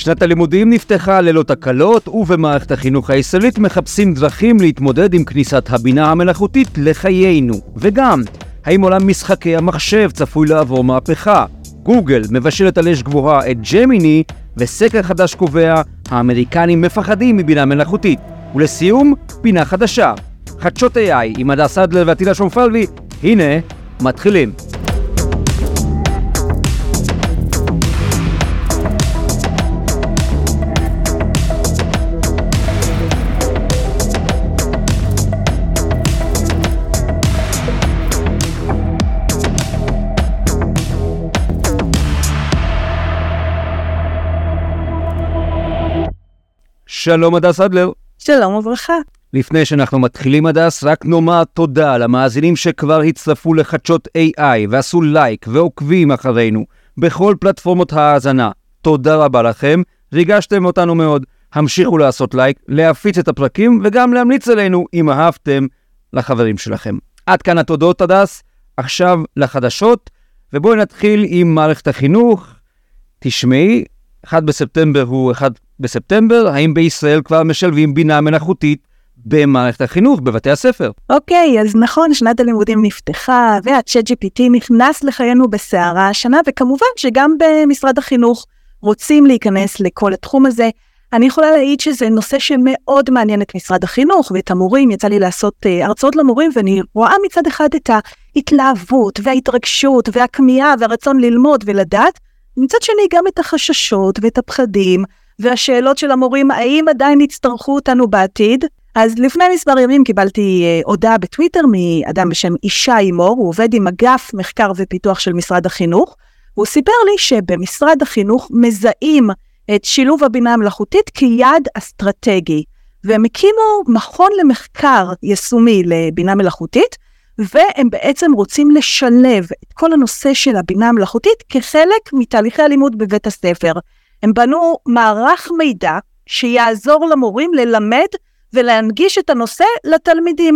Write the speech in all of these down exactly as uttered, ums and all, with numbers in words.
שנת הלימודים נפתחה ללא תקלות, ובמערכת החינוך הישראלית מחפשים דרכים להתמודד עם כניסת הבינה המלאכותית לחיינו. וגם, האם עולם משחקי המחשב צפוי לעבור מהפכה? גוגל מבשלת על אש גבוהה את ג'מיני, וסקר חדש קובע, האמריקנים מפחדים מבינה מלאכותית. ולסיום, פינה חדשה. חדשות איי איי עם הדס אדלר ועטילה שומפלבי. הנה, מתחילים. שלום הדס אדלר. שלום וברכה. לפני שאנחנו מתחילים הדס, רק נאמר תודה למאזינים שכבר הצטרפו לחדשות איי איי ועשו לייק ועוקבים אחרינו בכל פלטפורמות ההאזנה. תודה רבה לכם, ריגשתם אותנו מאוד. המשיכו לעשות לייק, להפיץ את הפרקים וגם להמליץ עלינו אם אהבתם לחברים שלכם. עד כאן התודות הדס, עכשיו לחדשות, ובואי נתחיל עם מערכת החינוך. תשמעי, אחד בספטמבר הוא אחד בספטמבר, האם בישראל כבר משלבים בינה מלאכותית במערכת החינוך, בבתי הספר? אוקיי, אז נכון, שנת הלימודים נפתחה, וה-צ'אט ג'י פי טי נכנס לחיינו בסערה השנה, וכמובן שגם במשרד החינוך רוצים להיכנס לכל התחום הזה. אני יכולה להעיד שזה נושא שמאוד מעניין את משרד החינוך, ואת המורים. יצא לי לעשות uh, הרצאות למורים, ואני רואה מצד אחד את ההתלהבות, וההתרגשות, והכמיהה, והרצון ללמוד ולדעת, מצד שני גם את החששות ואת הפחדים, והשאלות של המורים, האם עדיין יצטרכו אותנו בעתיד? אז לפני מספר ימים קיבלתי אה, הודעה בטוויטר מאדם בשם ישי מור, הוא עובד עם אגף מחקר ופיתוח של משרד החינוך, והוא סיפר לי שבמשרד החינוך מזהים את שילוב הבינה המלאכותית כיעד אסטרטגי, והם הקימו מכון למחקר יישומי לבינה מלאכותית, והם בעצם רוצים לשלב את כל הנושא של הבינה המלאכותית כחלק מתהליכי הלימוד בבית הספר. הם בנו מערך מידע שיעזור למורים ללמד ולהנגיש את הנושא לתלמידים.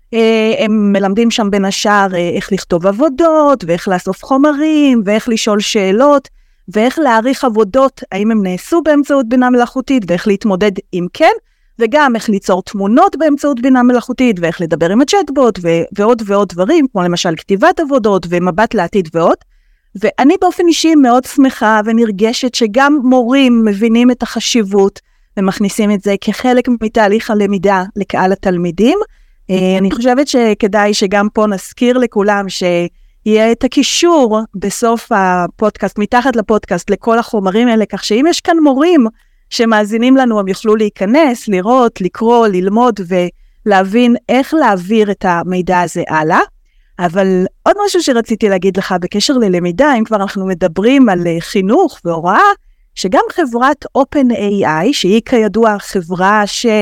הם מלמדים שם בין השאר איך לכתוב עבודות, ואיך לאסוף חומרים, ואיך לשאול שאלות, ואיך להעריך עבודות, האם הם נעשו באמצעות בינה מלאכותית, ואיך להתמודד עם כן, וגם איך ליצור תמונות באמצעות בינה מלאכותית, ואיך לדבר עם הצ'אטבוט, ו- ועוד ועוד דברים, כמו למשל כתיבת עבודות, ומבט לעתיד ועוד. ואני באופן אישי מאוד שמחה ונרגשת שגם מורים מבינים את החשיבות, ומכניסים את זה כחלק מתהליך הלמידה לקהל התלמידים. אני חושבת שכדאי שגם פה נזכיר לכולם שיהיה את הקישור בסוף הפודקאסט, מתחת לפודקאסט, לכל החומרים האלה, כך שאם יש כאן מורים שמאזינים לנו, הם יוכלו להיכנס, לראות, לקרוא, ללמוד ולהבין איך להעביר את המידע הזה הלאה. אבל עוד משהו שרציתי להגיד לך בקשר ללמידה, אם כבר אנחנו מדברים על חינוך והוראה, שגם חברת OpenAI, שהיא כידוע חברה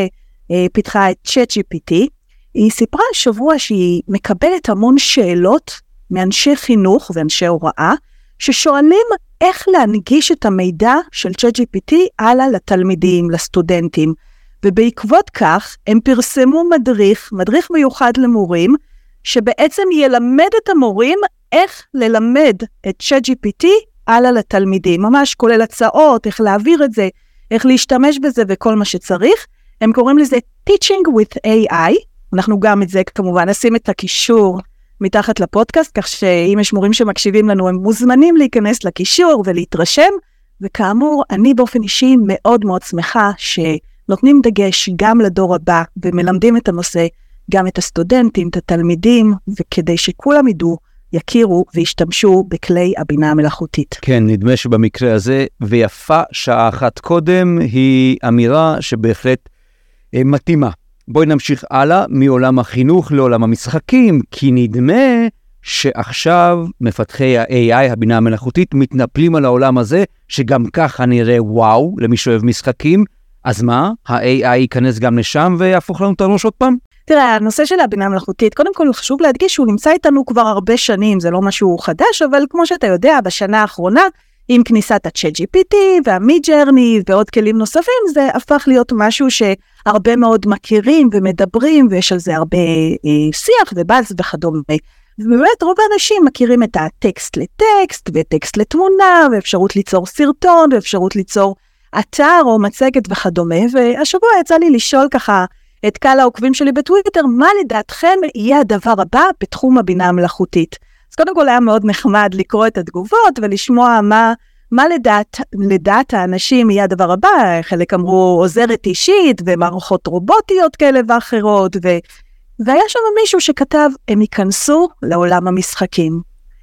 שפיתחה את צ'אט ג'י פי טי, היא סיפרה השבוע שהיא מקבלת המון שאלות מאנשי חינוך ואנשי הוראה, ששואלים איך להנגיש את המידע של צ'אט ג'י פי טי הלאה לתלמידים, לסטודנטים. ובעקבות כך הם פרסמו מדריך, מדריך מיוחד למורים, שבעצם ילמד את המורים איך ללמד את צ'אט ג'י פי טי הלאה לתלמידים, ממש כולל הצעות, איך להעביר את זה, איך להשתמש בזה וכל מה שצריך. הם קוראים לזה Teaching with איי איי, אנחנו גם את זה כמובן נשים את הקישור מתחת לפודקאסט, כך שאם יש מורים שמקשיבים לנו, הם מוזמנים להיכנס לקישור ולהתרשם, וכאמור, אני באופן אישי מאוד מאוד שמחה שנותנים דגש גם לדור הבא, ומלמדים את הנושא, גם את הסטודנטים, את התלמידים, וכדי שכולם ידעו, יכירו וישתמשו בכלי הבינה המלאכותית. כן, נדמה שבמקרה הזה, ויפה שעה אחת קודם, היא אמירה שבהחלט אה, מתאימה. בואי נמשיך הלאה מעולם החינוך לעולם המשחקים, כי נדמה שעכשיו מפתחי ה-איי איי, הבינה המלאכותית, מתנפלים על העולם הזה, שגם ככה נראה וואו, למי שאוהב משחקים. אז מה? ה-איי איי ייכנס גם לשם ויהפוך לנו את הראש עוד פעם? תראה, הנושא של הבינה המלאכותית, קודם כל חשוב להדגיש שהוא נמצא איתנו כבר הרבה שנים, זה לא משהו חדש, אבל כמו שאתה יודע, בשנה האחרונה, עם כניסת ה-צ'אט ג'י פי טי וה-מידג'רני ועוד כלים נוספים, זה הפך להיות משהו שהרבה מאוד מכירים ומדברים, ויש על זה הרבה אה, שיח ובאז וכדומה. ובאמת רוב האנשים מכירים את הטקסט לטקסט, וטקסט לתמונה, ואפשרות ליצור סרטון, ואפשרות ליצור אתר או מצגת וכדומה, והשבוע יצא לי לשאול ככה את קהל העוקבים שלי בטוויטר, מה לדעתכם יהיה הדבר הבא בתחום הבינה המלאכותית? אז קודם כל היה מאוד נחמד לקרוא את התגובות ולשמוע מה, מה לדעת, לדעת האנשים יהיה הדבר הבא. חלק אמרו עוזרת אישית ומערכות רובוטיות כאלה ואחרות, ו... והיה שם מישהו שכתב, הם ייכנסו לעולם המשחקים.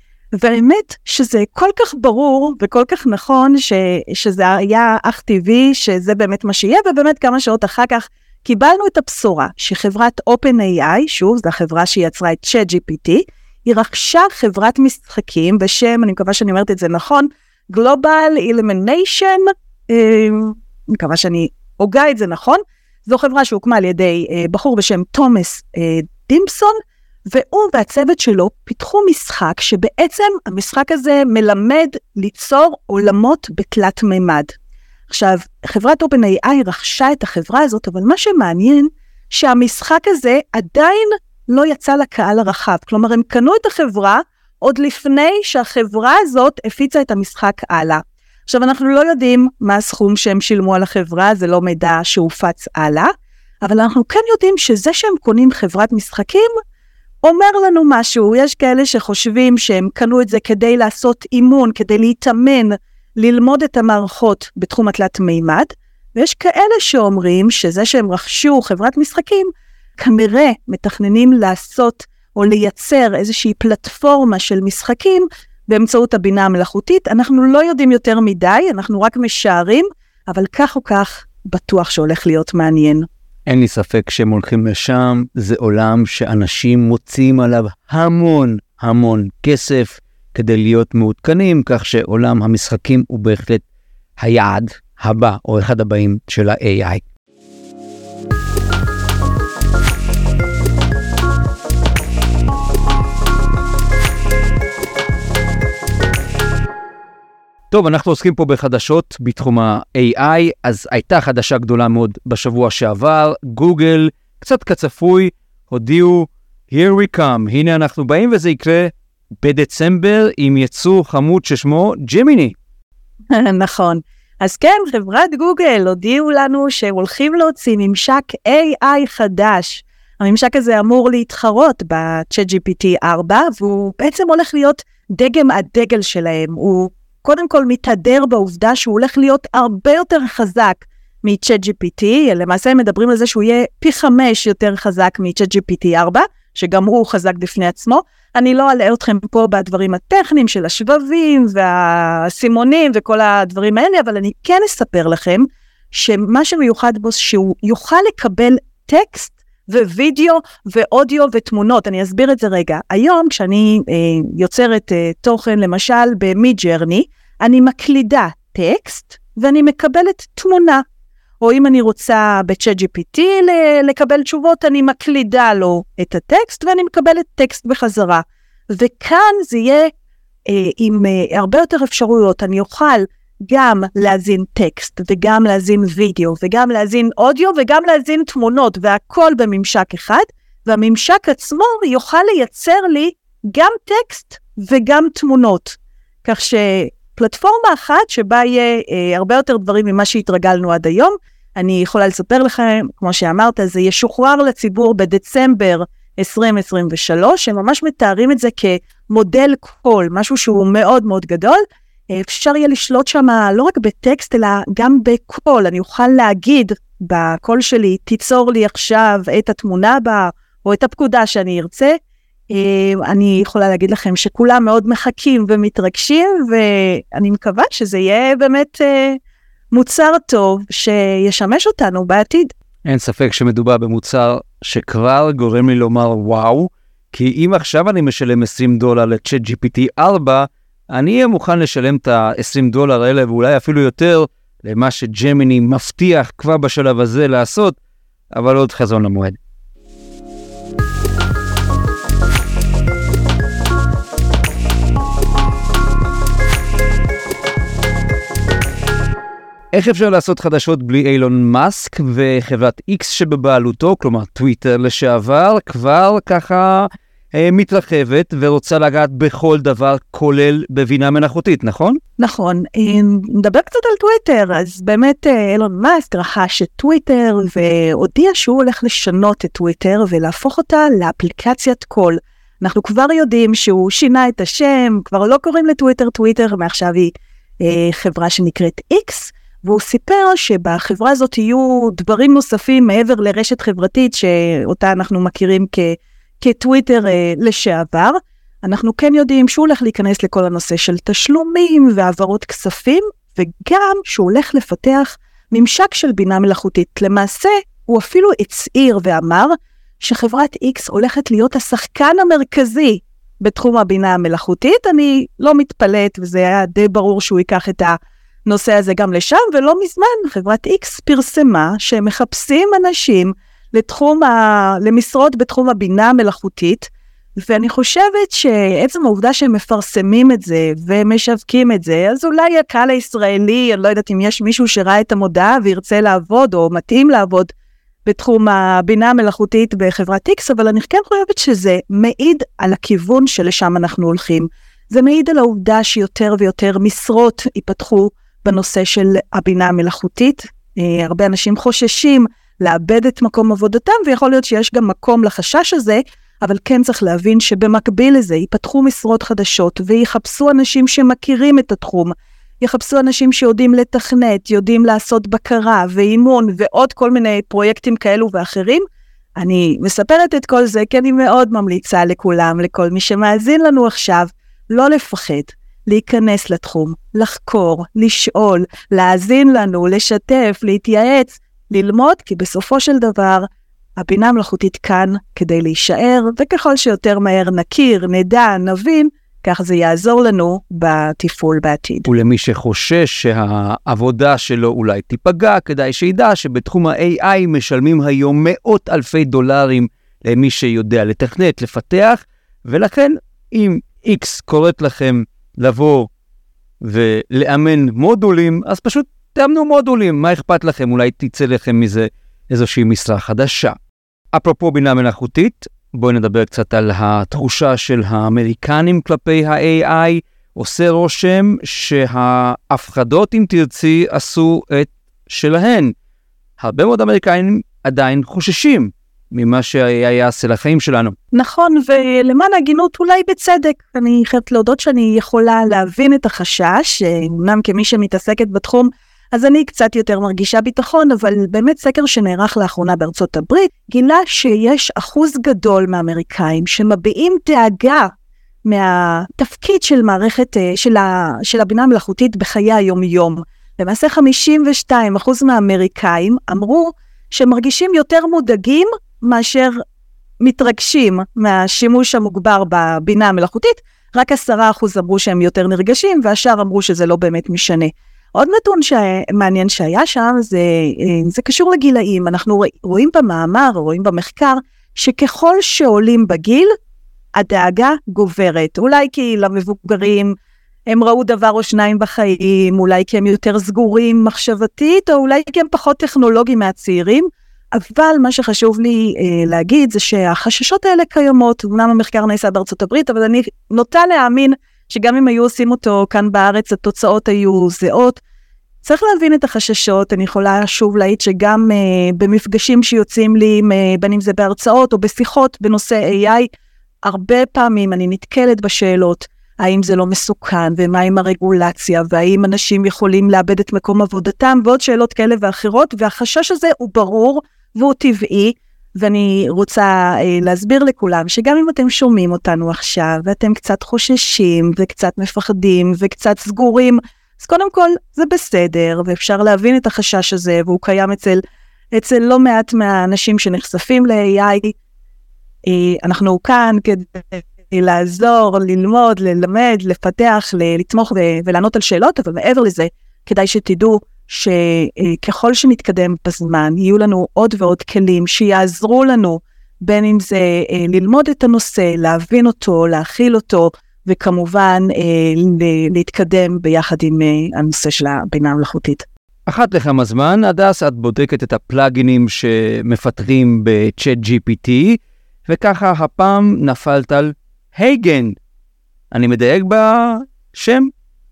והאמת שזה כל כך ברור וכל כך נכון ש... שזה היה אך טבעי, שזה באמת מה שיהיה, ובאמת כמה שעות אחר כך קיבלנו את הבשורה שחברת OpenAI, שוב, זו החברה שיצרה את ChatGPT, היא רכשה חברת משחקים בשם, אני מקווה שאני אומרת את זה נכון, Global Illumination, אני מקווה שאני הוגה את זה נכון, זו חברה שהוקמה על ידי בחור בשם תומאס דימפסון, והוא והצוות שלו פיתחו משחק שבעצם המשחק הזה מלמד ליצור עולמות בתלת מימד. עכשיו, חברת OpenAI רכשה את החברה הזאת, אבל מה שמעניין שהמשחק הזה עדיין לא יצא לקהל הרחב. כלומר, הם קנו את החברה עוד לפני שהחברה הזאת הפיצה את המשחק הלאה. עכשיו, אנחנו לא יודעים מה הסכום שהם שילמו על החברה, זה לא מידע שהופץ הלאה, אבל אנחנו כן יודעים שזה שהם קונים חברת משחקים, אומר לנו משהו. יש כאלה שחושבים שהם קנו את זה כדי לעשות אימון, כדי להתאמן, ללמוד את המערכות בתחום התלת מימד, ויש כאלה שאומרים שזה שהם רכשו חברת משחקים, כנראה מתכננים לעשות או לייצר איזושהי פלטפורמה של משחקים באמצעות הבינה המלאכותית. אנחנו לא יודעים יותר מדי, אנחנו רק משערים, אבל כך או כך בטוח שהולך להיות מעניין. אין לי ספק שהם הולכים לשם, זה עולם שאנשים מוצאים עליו המון המון כסף כדי להיות מעודכנים, כך שעולם המשחקים הוא בהחלט היעד הבא או אחד הבאים של ה-איי איי. טוב, אנחנו עוסקים פה בחדשות בתחום ה-איי איי, אז הייתה חדשה גדולה מאוד בשבוע שעבר, גוגל, קצת כצפוי, הודיעו, here we come, הנה אנחנו באים, וזה יקרה בדצמבר עם יצור חמוד ששמו ג'מיני. נכון. אז כן, חברת גוגל הודיעו לנו שהולכים להוציא ממשק איי איי חדש. הממשק הזה אמור להתחרות ב-ChatGPT ארבע, והוא בעצם הולך להיות דגם הדגל שלהם. הוא קודם כל מתהדר בעובדה שהוא הולך להיות הרבה יותר חזק מ-ChatGPT, למעשה הם מדברים על זה שהוא יהיה פי חמש יותר חזק מ-ChatGPT ארבע, שגם הוא חזק בפני עצמו. אני לא אעלה אתכם פה בדברים הטכניים של השבבים והסימונים וכל הדברים האלה, אבל אני כן אספר לכם שמה שמיוחד בו שהוא יוכל לקבל טקסט ווידאו ואודיו ותמונות. אני אסביר את זה רגע. היום כשאני אה, יוצרת אה, תוכן, למשל במידג'רני, אני מקלידה טקסט ואני מקבלת תמונה. או אם אני רוצה ב-ChatGPT לקבל תשובות, אני מקלידה לו את הטקסט ואני מקבלת טקסט בחזרה. וכאן זה יהיה אה, עם אה, הרבה יותר אפשרויות. אני אוכל גם להזין טקסט וגם להזין וידאו וגם להזין אודיו וגם להזין תמונות, והכל בממשק אחד, והממשק עצמו יוכל לייצר לי גם טקסט וגם תמונות. כך שפלטפורמה אחת שבה יהיה אה, הרבה יותר דברים ממה שהתרגלנו עד היום. אני יכולה לספר לכם, כמו שאמרת, זה ישוחרר לציבור בדצמבר עשרים עשרים ושלוש, הם ממש מתארים את זה כמודל קול, משהו שהוא מאוד מאוד גדול. אפשר יהיה לשלוט שם לא רק בטקסט, אלא גם בקול. אני אוכל להגיד בקול שלי, תיצור לי עכשיו את התמונה בה, או את הפקודה שאני ארצה. אני יכולה להגיד לכם שכולם מאוד מחכים ומתרגשים, ואני מקווה שזה יהיה באמת מוצר טוב שישמש אותנו בעתיד. אין ספק שמדובר במוצר שכבר גורם לי לומר וואו, כי אם עכשיו אני משלם עשרים דולר ל-ChatGPT ארבע, אני אהיה מוכן לשלם את ה-עשרים דולר האלה, ואולי אפילו יותר, למה שג'מיני מבטיח כבר בשלב הזה לעשות, אבל עוד חזון למועד. איך אפשר לעשות חדשות בלי אילון מאסק וחברת X שבבעלותו, כלומר טוויטר לשעבר, כבר ככה מתרחבת ורוצה לגעת בכל דבר, כולל בבינה מלאכותית, נכון? נכון. נדבר קצת על טוויטר, אז באמת אילון מאסק רכש את טוויטר, והודיע שהוא הולך לשנות את טוויטר, ולהפוך אותה לאפליקציית קול. אנחנו כבר יודעים שהוא שינה את השם, כבר לא קוראים לטוויטר טוויטר, מעכשיו היא אה, חברה שנקראת X, והוא סיפר שבחברה הזאת יהיו דברים נוספים מעבר לרשת חברתית, שאותה אנחנו מכירים כ... כטוויטר אה, לשעבר. אנחנו כן יודעים שהוא הולך להיכנס לכל הנושא של תשלומים והעברות כספים, וגם שהוא הולך לפתח ממשק של בינה מלאכותית. למעשה, הוא אפילו הצעיר ואמר שחברת X הולכת להיות השחקן המרכזי בתחום הבינה המלאכותית. אני לא מתפלאת, וזה היה די ברור שהוא ייקח את הנושא הזה גם לשם, ולא מזמן חברת X פרסמה שהם מחפשים אנשים לתחום ה... למשרות בתחום הבינה המלאכותית, ואני חושבת שעצם העובדה שהם מפרסמים את זה ומשווקים את זה, אז אולי הקהל הישראלי, אני לא יודעת אם יש מישהו שראה את המודעה וירצה לעבוד או מתאים לעבוד בתחום הבינה המלאכותית בחברת X, אבל אני כן חושבת שזה מעיד על הכיוון שלשם אנחנו הולכים. זה מעיד על העובדה שיותר ויותר משרות ייפתחו בנושא של הבינה המלאכותית. הרבה אנשים חוששים לאבד את מקום עבודתם, ויכול להיות שיש גם מקום לחשש הזה, אבל כן צריך להבין שבמקביל לזה ייפתחו משרות חדשות, ויחפשו אנשים שמכירים את התחום, יחפשו אנשים שיודעים לתכנת, יודעים לעשות בקרה ואימון, ועוד כל מיני פרויקטים כאלו ואחרים. אני מספרת את כל זה, כי אני מאוד ממליצה לכולם, לכל מי שמאזין לנו עכשיו, לא לפחד, להיכנס לתחום, לחקור, לשאול, להאזין לנו, לשתף, להתייעץ, ללמוד, כי בסופו של דבר, הבינה המלאכותית כאן כדי להישאר, וככל שיותר מהר נכיר, נדע, נבין, כך זה יעזור לנו בתפעול בעתיד. ולמי שחושש שהעבודה שלו אולי תיפגע, כדאי שידע שבתחום ה-איי איי משלמים היום מאות אלפי דולרים למי שיודע לתכנת, לפתח, ולכן אם X קוראת לכם לבוא ולאמן מודולים, אז פשוט תאמנו מודולים, מה אכפת לכם? אולי תצא לכם מזה איזושהי משרה חדשה. אפרופו בינה מלאכותית, בואו נדבר קצת על התחושה של האמריקנים כלפי ה-איי איי. עושה רושם שההפחדות, אם תרצי, עשו את שלהן. הרבה מאוד אמריקאים עדיין חוששים ממה שה-איי איי יעשה לחיים שלנו. נכון, ולמען הגינות אולי בצדק. אני חייבת להודות שאני יכולה להבין את החשש, אמנם כמי שמתעסקת בתחום, אז אני קצת יותר מרגישה ביטחון, אבל באמת סקר שנערך לאחרונה בארצות הברית, גילה שיש אחוז גדול מהאמריקאים שמביעים דאגה מהתפקיד של מערכת, של, ה, של הבינה המלאכותית בחיי היום-יום. למעשה חמישים ושתיים אחוז מהאמריקאים אמרו שמרגישים יותר מודאגים מאשר מתרגשים מהשימוש המוגבר בבינה המלאכותית, רק עשרה אחוז אמרו שהם יותר נרגשים, והשאר אמרו שזה לא באמת משנה. עוד נתון שמעניין שהיה שם, זה, זה קשור לגילאים. אנחנו רואים במאמר, רואים במחקר, שככל שעולים בגיל, הדאגה גוברת. אולי כי למבוגרים הם ראו דבר או שניים בחיים, אולי כי הם יותר סגורים מחשבתית, או אולי כי הם פחות טכנולוגיים מהצעירים, אבל מה שחשוב לי אה, להגיד זה שהחששות האלה קיימות. אומנם המחקר נעשה בארצות הברית, אבל אני נוטה להאמין שגם אם היו עושים אותו כאן בארץ, התוצאות היו זהות. צריך להבין את החששות. אני יכולה שוב להעיד שגם uh, במפגשים שיוצאים לי, uh, בין אם זה בהרצאות או בשיחות בנושא איי איי, הרבה פעמים אני נתקלת בשאלות, האם זה לא מסוכן, ומה עם הרגולציה, והאם אנשים יכולים לאבד את מקום עבודתם, ועוד שאלות כאלה ואחרות, והחשש הזה הוא ברור והוא טבעי, ואני רוצה אה, להסביר לכולם, שגם אם אתם שומעים אותנו עכשיו, ואתם קצת חוששים, וקצת מפחדים, וקצת סגורים, אז קודם כל זה בסדר, ואפשר להבין את החשש הזה, והוא קיים אצל, אצל לא מעט מהאנשים שנחשפים ל-איי איי. אה, אנחנו כאן כדי לעזור, ללמוד, ללמד, לפתח, לתמוך ו- ולענות על שאלות, אבל מעבר לזה, כדאי שתדעו, שככל שנתקדם בזמן, יהיו לנו עוד ועוד כלים שיעזרו לנו, בין אם זה ללמוד את הנושא, להבין אותו, להכיל אותו, וכמובן להתקדם ביחד עם הנושא של הבינה המלאכותית. אחת לכמה זמן, הדס, את בודקת את הפלאגינים שמפתחים ב-צ'אט ג'י פי טי, וככה הפעם נפלת על הייגן. אני מדייק בשם?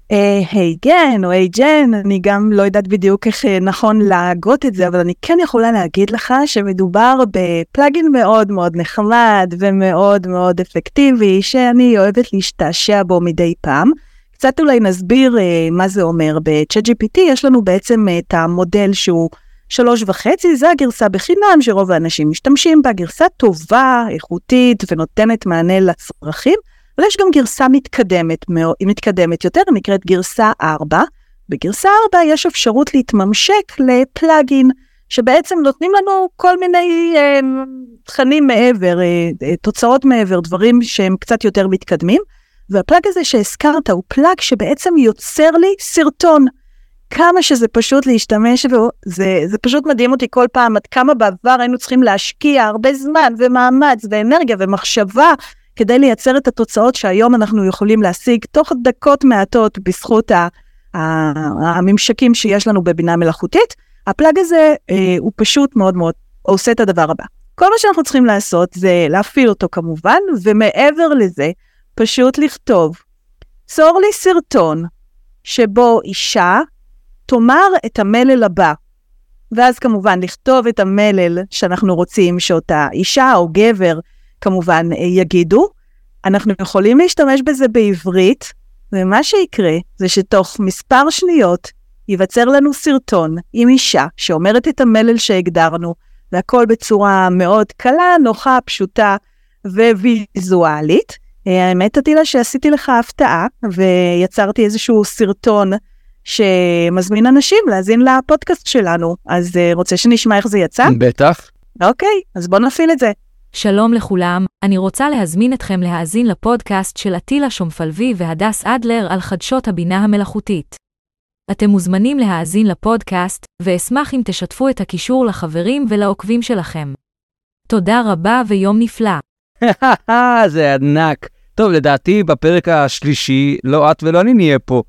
הייגן או הייג'ן, אני גם לא יודעת בדיוק איך נכון להגות את זה, אבל אני כן יכולה להגיד לך שמדובר בפלאגין מאוד מאוד נחמד ומאוד מאוד אפקטיבי, שאני אוהבת להשתעשע בו מדי פעם. קצת אולי נסביר מה זה אומר. ב-צ'אט ג'י פי טי יש לנו בעצם את המודל שהוא שלוש וחצי, זה הגרסה בחינם שרוב האנשים משתמשים בה, גרסה טובה, איכותית ונותנת מענה לצרכים, אבל יש גם גרסה מתקדמת, היא מתקדמת יותר, נקראת גרסה ארבע. בגרסה ארבע יש אפשרות להתממשק לפלאגין, שבעצם נותנים לנו כל מיני אה, תכנים מעבר, אה, תוצאות מעבר, דברים שהם קצת יותר מתקדמים, והפלאג הזה שהזכרת הוא פלאג שבעצם יוצר לי סרטון. כמה שזה פשוט להשתמש בו, זה, זה פשוט מדהים אותי כל פעם, עד כמה בעבר היינו צריכים להשקיע הרבה זמן ומאמץ ואנרגיה ומחשבה, כדי לייצר את התוצאות שהיום אנחנו יכולים להשיג תוך דקות מעטות בזכות ה, ה, הממשקים שיש לנו בבינה מלאכותית. הפלאג הזה אה, הוא פשוט מאוד מאוד עושה את הדבר הבא. כל מה שאנחנו צריכים לעשות זה להפעיל אותו כמובן, ומעבר לזה פשוט לכתוב, צור לי סרטון שבו אישה תאמר את המלל הבא, ואז כמובן לכתוב את המלל שאנחנו רוצים שאותה אישה או גבר כמובן יגידו. אנחנו יכולים להשתמש בזה בעברית, ומה שיקרה זה שתוך מספר שניות ייווצר לנו סרטון עם אישה שאומרת את המלל שהגדרנו, והכל בצורה מאוד קלה, נוחה, פשוטה וויזואלית. האמת עטילה שעשיתי לך הפתעה, ויצרתי איזשהו סרטון שמזמין אנשים להאזין לפודקאסט שלנו, אז רוצה שנשמע איך זה יצא? בטח. אוקיי, אז בוא נפעיל את זה. שלום לכולם, אני רוצה להזמין אתכם להאזין לפודקאסט של עטילה שומפלבי והדס אדלר על חדשות הבינה המלאכותית. אתם מוזמנים להאזין לפודקאסט, ואשמח אם תשתפו את הקישור לחברים ולעוקבים שלכם. תודה רבה ויום נפלא. זה ענק. טוב, לדעתי בפרק השלישי לא את ולא אני נהיה פה.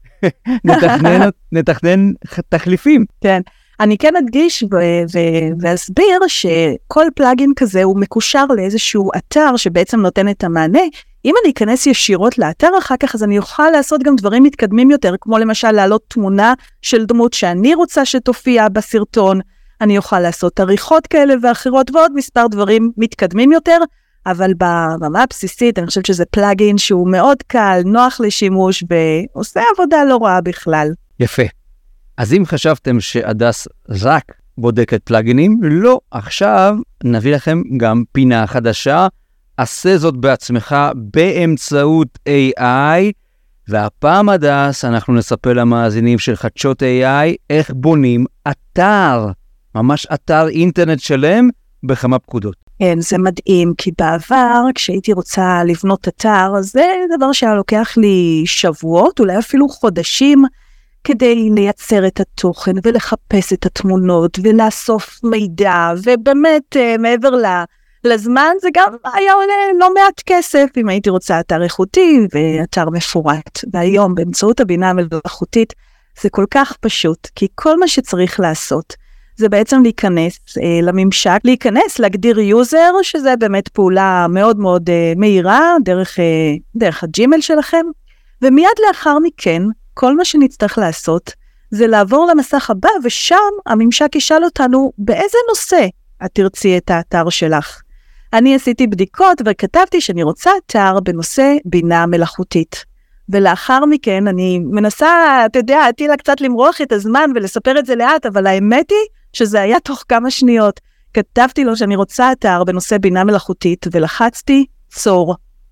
נתכנן, נתכנן תחליפים. כן. אני כן אדגיש ואסביר שכל פלאגין כזה הוא מקושר לאיזשהו אתר שבעצם נותן את המענה. אם אני אכנס ישירות לאתר אחר כך, אז אני אוכל לעשות גם דברים מתקדמים יותר, כמו למשל להעלות תמונה של דמות שאני רוצה שתופיע בסרטון, אני אוכל לעשות עריכות כאלה ואחרות, ועוד מספר דברים מתקדמים יותר, אבל ברמה הבסיסית אני חושבת שזה פלאגין שהוא מאוד קל, נוח לשימוש, ועושה עבודה לא רעה בכלל. יפה. אז אם חשבתם שהדס רק בודקת פלאגינים, לא, עכשיו נביא לכם גם פינה חדשה, עשה זאת בעצמך באמצעות איי איי, והפעם הדס אנחנו נספר למאזינים של חדשות איי איי איך בונים אתר, ממש אתר אינטרנט שלם בכמה פקודות. כן, זה מדהים, כי בעבר כשהייתי רוצה לבנות אתר, זה דבר שהיה לוקח לי שבועות, אולי אפילו חודשים, כדי לייצר את התוכן ולחפש את התמונות ולאסוף מידע, ובאמת מעבר לזמן זה גם היה עולה לא מעט כסף אם הייתי רוצה אתר איכותי ואתר מפורט. והיום באמצעות הבינה המלאכותית זה כל כך פשוט, כי כל מה שצריך לעשות זה בעצם להיכנס אה, לממשק, להיכנס, להגדיר יוזר, שזה באמת פעולה מאוד מאוד אה, מהירה, דרך, אה, דרך הג'ימל שלכם, ומיד לאחר מכן, כל מה שנצטרך לעשות, זה לעבור למסך הבא, ושם הממשק ישאל אותנו באיזה נושא את תרצי את האתר שלך. אני עשיתי בדיקות וכתבתי שאני רוצה אתר בנושא בינה מלאכותית. ולאחר מכן אני מנסה, אתה יודע, עטילה קצת למרוח את הזמן ולספר את זה לאט, אבל האמת היא שזה היה תוך כמה שניות. כתבתי לו שאני רוצה אתר בנושא בינה מלאכותית, ולחצתי צור.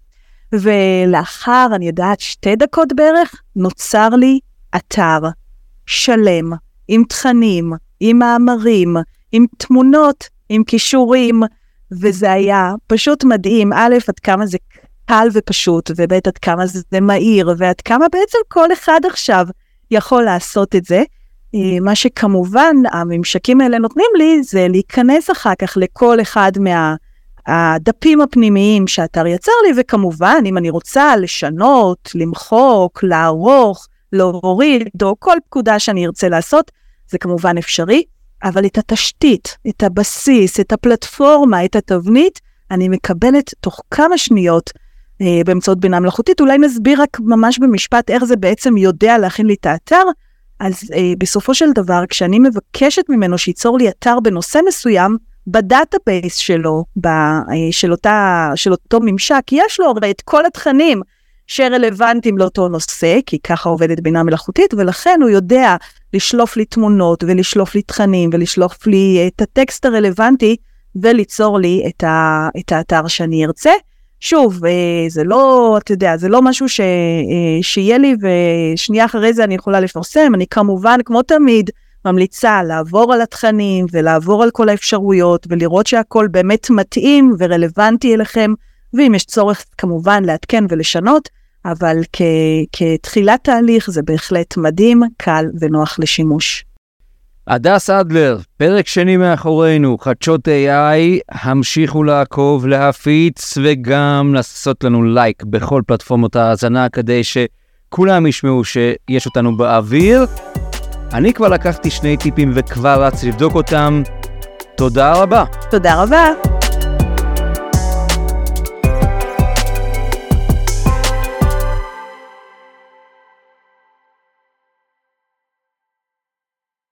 ולאחר, אני יודעת, שתי דקות בערך, נוצר לי אתר שלם, עם תכנים, עם מאמרים, עם תמונות, עם קישורים, וזה היה פשוט מדהים. א', עד כמה זה קל ופשוט, וב' עד כמה זה מהיר, ועד כמה בעצם כל אחד עכשיו יכול לעשות את זה. מה שכמובן הממשקים האלה נותנים לי, זה להיכנס אחר כך לכל אחד מהדפים הפנימיים שהאתר יצר לי, וכמובן אם אני רוצה לשנות, למחוק, לערוך, להוריד, או כל פקודה שאני ארצה לעשות, זה כמובן אפשרי, אבל את התשתית, את הבסיס, את הפלטפורמה, את התבנית, אני מקבלת תוך כמה שניות אה, באמצעות בינה מלאכותית. אולי נסביר רק ממש במשפט איך זה בעצם יודע להכין לי את האתר. אז אה, בסופו של דבר, כשאני מבקשת ממנו שיצור לי אתר בנושא מסוים, בדאטאבייס שלו, ב, אה, של, אותה, של אותו ממשק, יש לו הרי את כל התכנים שרלוונטיים לאותו נושא, כי ככה עובדת בינה מלאכותית, ולכן הוא יודע לשלוף לי תמונות, ולשלוף לי תכנים, ולשלוף לי את הטקסט הרלוונטי, וליצור לי את, ה, את האתר שאני ארצה. שוב, זה לא, אתה יודע, זה לא משהו ש, שיהיה לי, ושנייה אחרי זה אני יכולה לפרסם. אני כמובן, כמו תמיד, ממליצה לעבור על התכנים, ולעבור על כל האפשרויות, ולראות שהכל באמת מתאים ורלוונטי אליכם, ואם יש צורך כמובן לעדכן ולשנות, אבל כ- כתחילת תהליך זה בהחלט מדהים, קל ונוח לשימוש. הדס אדלר, פרק שני מאחורינו, חדשות איי איי, המשיכו לעקוב, להפיץ וגם לעשות לנו לייק בכל פלטפורמות ההאזנה כדי שכולם ישמעו שיש אותנו באוויר. אני כבר לקחתי שני טיפים וכבר רץ לבדוק אותם. תודה רבה. תודה רבה.